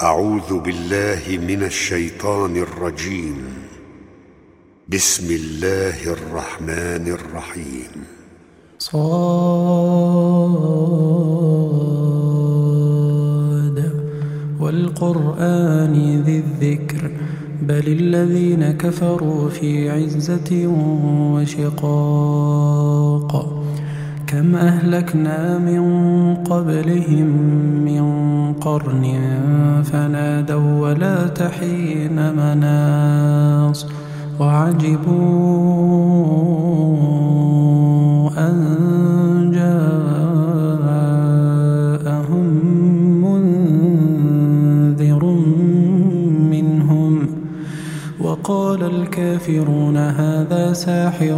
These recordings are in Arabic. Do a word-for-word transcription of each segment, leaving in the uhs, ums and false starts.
أعوذ بالله من الشيطان الرجيم. بسم الله الرحمن الرحيم. صاد والقرآن ذي الذكر بل الذين كفروا في عزة وشقاق كم أهلكنا من قبلهم من قرن فنادوا ولا تحين مناص وعجبوا أن جاءهم منذر منهم وقال الكافرون هذا ساحر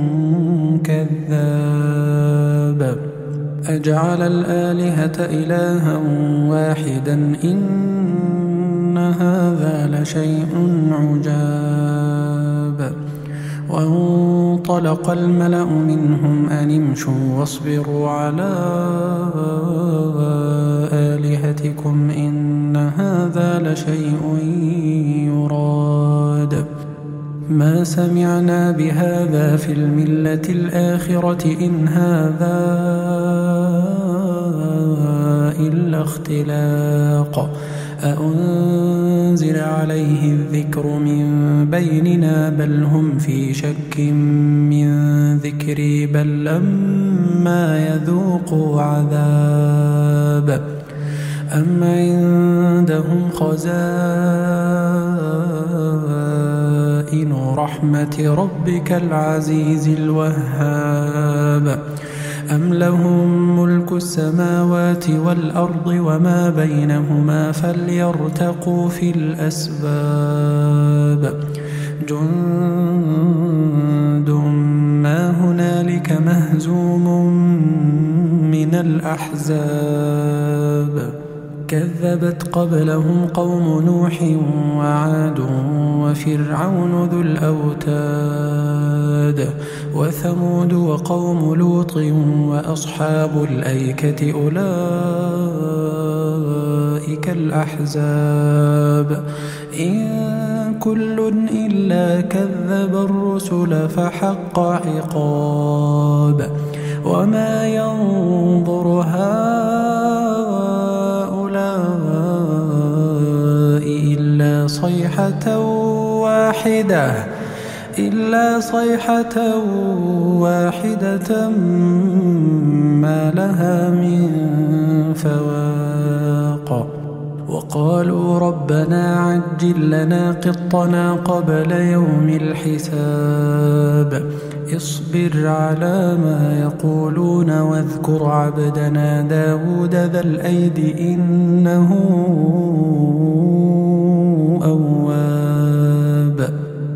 كذاب أجعل الآلهة إلها واحدا إن هذا لشيء عجاب. وانطلق الملأ منهم أن امشوا واصبروا على آلهتكم إن هذا لشيء يراد ما سمعنا بهذا في الملة الآخرة إن هذا إلا اختلاق أأنزل عليه الذكر من بيننا بل هم في شك من ذكري بل لما يذوقوا عذاب أم عندهم خزائن رحمة ربك العزيز الوهاب أم لهم ملك السماوات والأرض وما بينهما فليرتقوا في الأسباب جند ما هنالك مهزوم من الأحزاب كذبت قبلهم قوم نوح وعاد وفرعون ذو الأوتاد وثمود وقوم لوط وأصحاب الأيكة أولئك الأحزاب إن كل إلا كذب الرسل فحق عقاب وما ينظر هؤلاء إلا صيحة واحدة إلا صيحة واحدة ما لها من فواق وقالوا ربنا عجل لنا قطنا قبل يوم الحساب اصبر على ما يقولون واذكر عبدنا داود ذا الأيد إنه أواب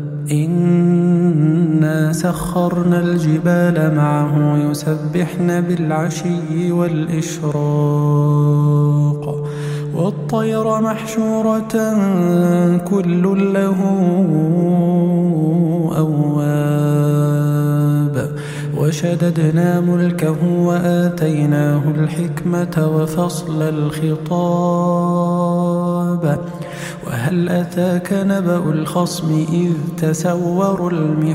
إنا سخرنا الجبال معه يسبحن بالعشي والإشراق والطير محشورة كل له أواب وشددنا ملكه وآتيناه الحكمة وفصل الخطاب وهل أتاك نبأ الخصم إذ تسوروا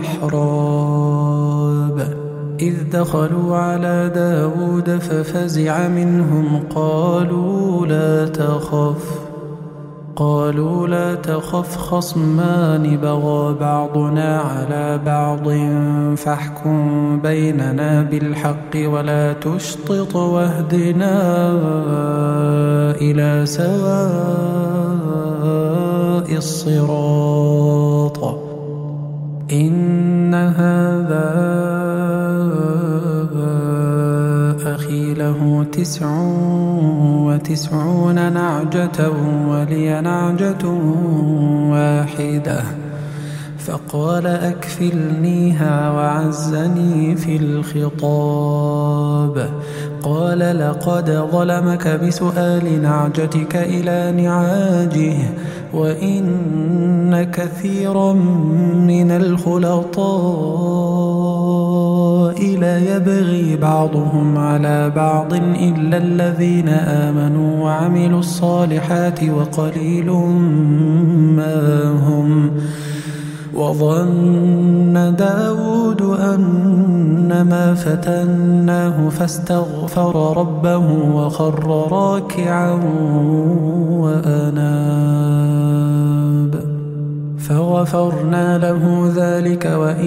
المحراب إذ دخلوا على داود ففزع منهم قالوا لا تخف قالوا لا تخف خصمان بغى بعضنا على بعض فاحكم بيننا بالحق ولا تشطط واهدنا إلى سواء الصراط إن هذا أخي له تسع وتسعون نعجة ولي نعجة واحدة فقال أكفلنيها وعزني في الخطاب قال لقد ظلمك بسؤال نعجتك إلى نعاجه وإن كثيرا من الخلطاء السرائر يبغي بعضهم على بعض إلا الذين آمنوا وعملوا الصالحات وقليل ما هم. وظن داود أنما فتناه فاستغفر ربه وخر راكعا وأناب فغفرنا له ذلك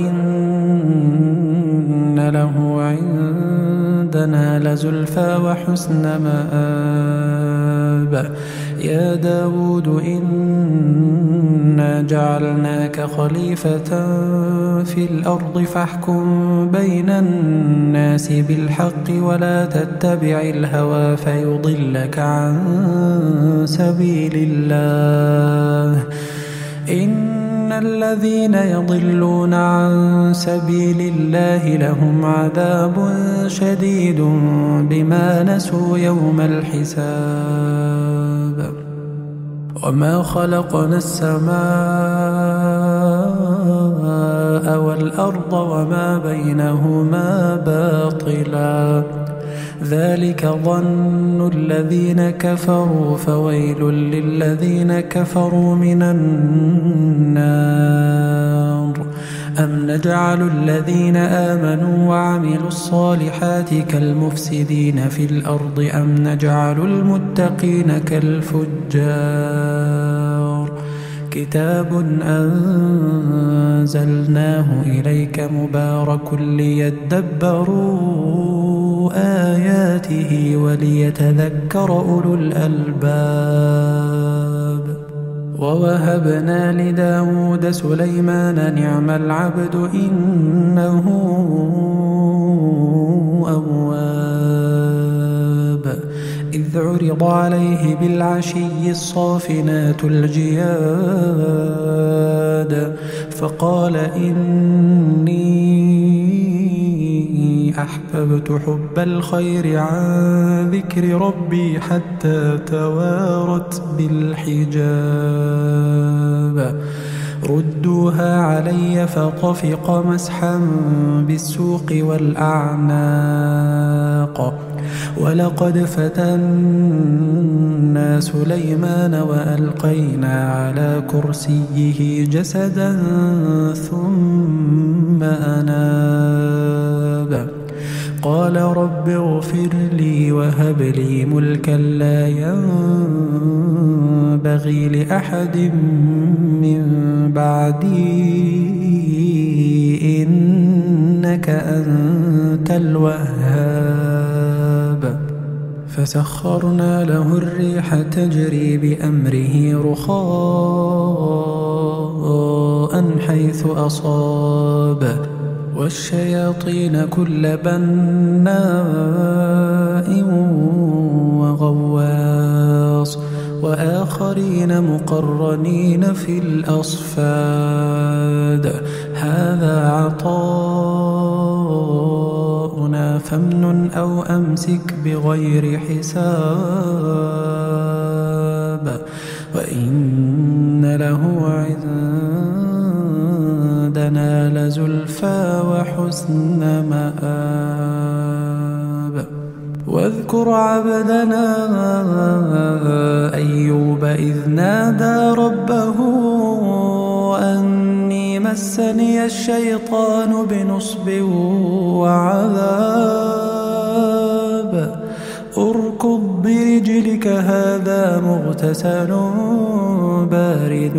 وإن له عندنا لزلفى وحسن مآب. يا داود إنا جعلناك خليفة في الأرض فاحكم بين الناس بالحق ولا تتبع الهوى فيضلك عن سبيل الله. إن الذين يضلون عن سبيل الله لهم عذاب شديد بما نسوا يوم الحساب. وما خلقنا السماء والأرض وما بينهما باطلا ذلك ظن الذين كفروا فويل للذين كفروا من النار. أم نجعل الذين آمنوا وعملوا الصالحات كالمفسدين في الأرض أم نجعل المتقين كالفجار. كتاب أنزلناه إليك مبارك ليدبروا آياته وليتذكر أولو الألباب. ووهبنا لداود سليمان نعم العبد إنه أواب. إذ عرض عليه بالعشي الصافنات الجياد فقال إني أحببت حب الخير عن ذكر ربي حتى توارت بالحجاب. ردوها علي فطفق مسحا بالسوق والأعناق. ولقد فتنا سليمان وألقينا على كرسيه جسدا ثم أناب. قال رب اغفر لي وهب لي ملكا لا ينبغي لأحد من بعدي إنك أنت الوهاب. فسخرنا له الريح تجري بأمره رخاء حيث أصاب والشياطين كل بناء وغواص وآخرين مقرنين في الأصفاد. هذا عطاؤنا فامنن أو أمسك بغير حساب. وإن له عندنا لزلفى وحسن مآب. واذكر عبدنا أيوب إذ نادى ربه أني مسني الشيطان بنصب وعذاب. اركض برجلك هذا مغتسل بارد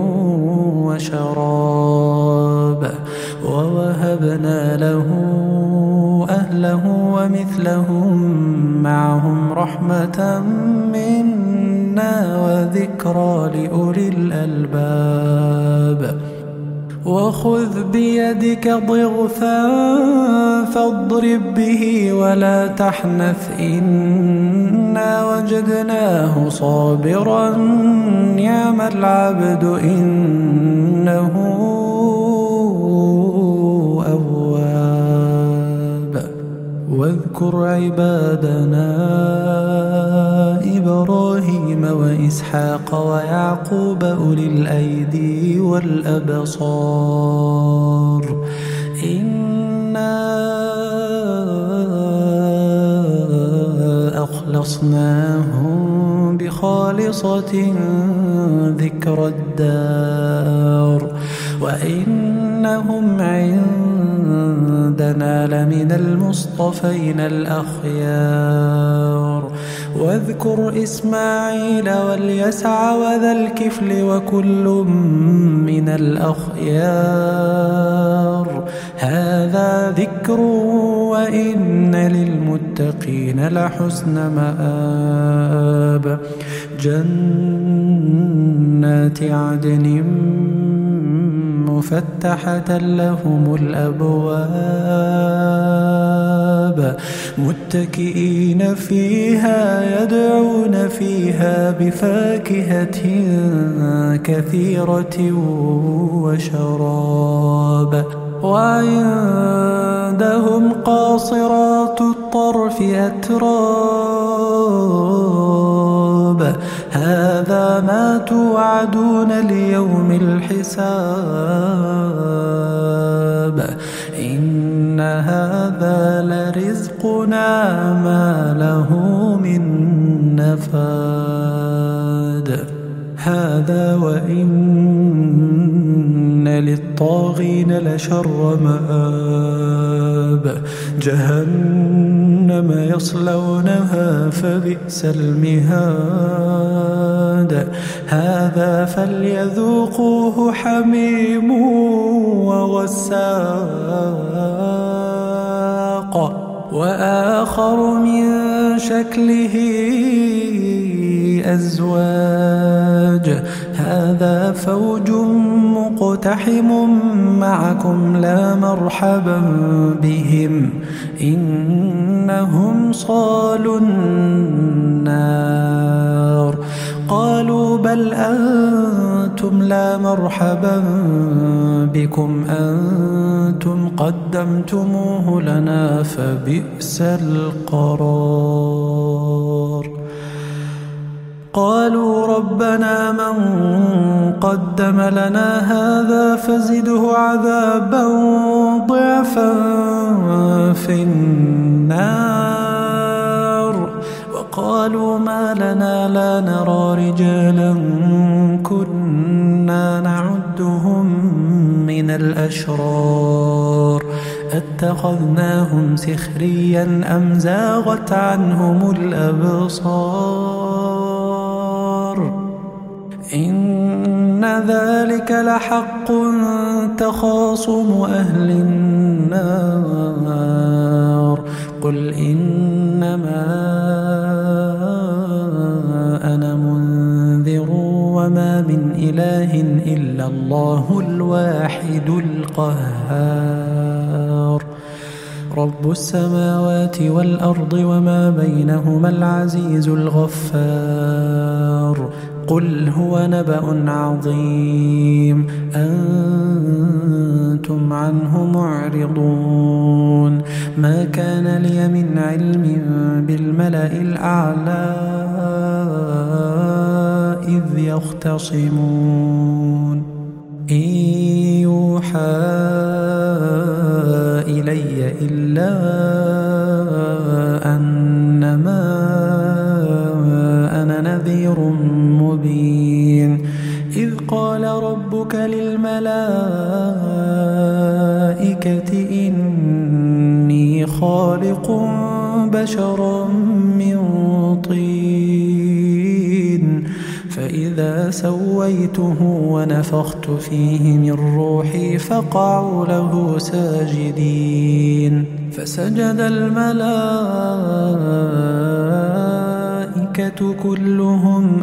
وشراب. ووهبنا له أهله ومثلهم معهم رحمة منا وذكرى لأولي الألباب. وخذ بيدك ضغثا فاضرب به ولا تحنث إنا وجدناه صابرا نعم العبد إنه أواب. واذكر عبادنا إبراهيم وإسحاق ويعقوب أولي الأيدي والأبصار إنا خلصناهم بخالصة ذكر الدار وإنهم عندنا لمن المصطفين الأخيار. واذكر إسماعيل واليسع وذا الكفل وكل من الأخيار. هذا ذكر وإن للمتقين لحسن مآب. جنات عدن مفتحة لهم الأبواب متكئين فيها يدعون فيها بفاكهة كثيرة وشراب. وعندهم قاصرات الطرف أتراب. هذا ما توعدون ليوم الحساب. إن هذا لرزقنا ما له من نفاد. هذا وإن للطاغين لشر مآب. جهنم يصلونها فبئس المهاد. هذا فليذوقوه حميم وغساق وآخر من شكله أزواج. هذا فوج مقتحم معكم لا مرحبا بهم إنهم صالوا النار. قالوا بل أنتم لا مرحبا بكم أنتم قدمتموه لنا فبئس القرار. قالوا ربنا من قدم لنا هذا فزده عذابا ضعفا في النار. وقالوا ما لنا لا نرى رجالا كنا نعدهم من الأشرار اتخذناهم سخريا أم زاغت عنهم الأبصار. إن ذلك لحق تخاصم أهل النار. قل إنما أنا منذر وما من إله إلا الله الواحد القهار. رب السماوات والأرض وما بينهما العزيز الغفار. قل هو نبأ عظيم أنتم عنه معرضون. ما كان لي من علم بالملأ الأعلى إذ يختصمون. إن يوحى إلي إلا أنما أنا نذير مبين. إذ قال ربك للملائكة إني خالق بشرا من طين فإذا سويته ونفخت فيه من روحي فقعوا له ساجدين. فسجد الملائكة كلهم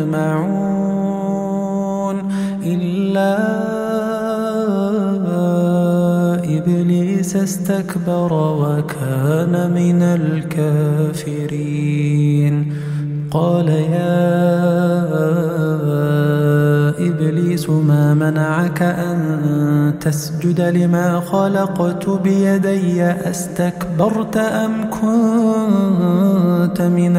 أجمعون إلا إبليس استكبر وكان من الكافرين. قال يا إبليس ما منعك أن تسجد لما خلقت بيدي أستكبرت أم كنت من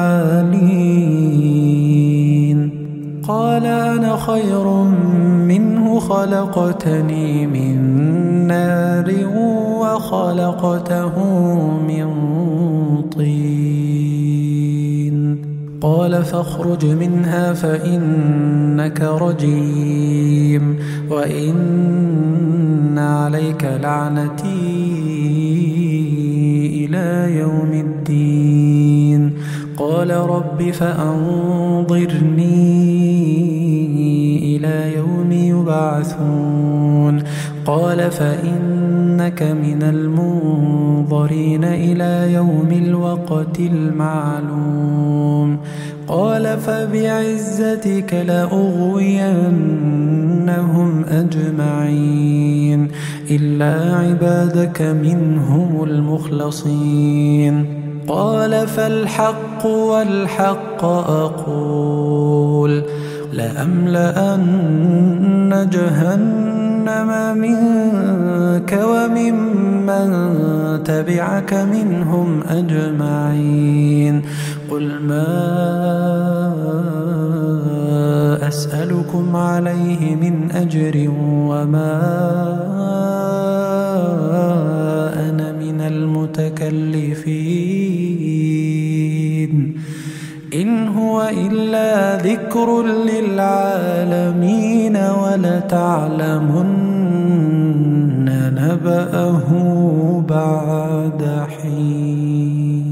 العالين؟ قال أنا خير منه خلقتني من نار وخلقته من طين. قال فاخرج منها فإنك رجيم وإن عليك لعنتي إلى يوم الدين قال رب فأنظرني إلى يوم يبعثون قال فإنك من المنظرين إلى يوم الوقت المعلوم قال فبعزتك لأغوينهم أجمعين إلا عبادك منهم المخلصين قال فالحق والحق أقول لأملأن جهنم منك وممن تبعك منهم أجمعين قل ما أسألكم عليه من أجر وما أنا من المتكلفين إن هو إلا ذكر للعالمين ولتعلمن نبأه بعد حين.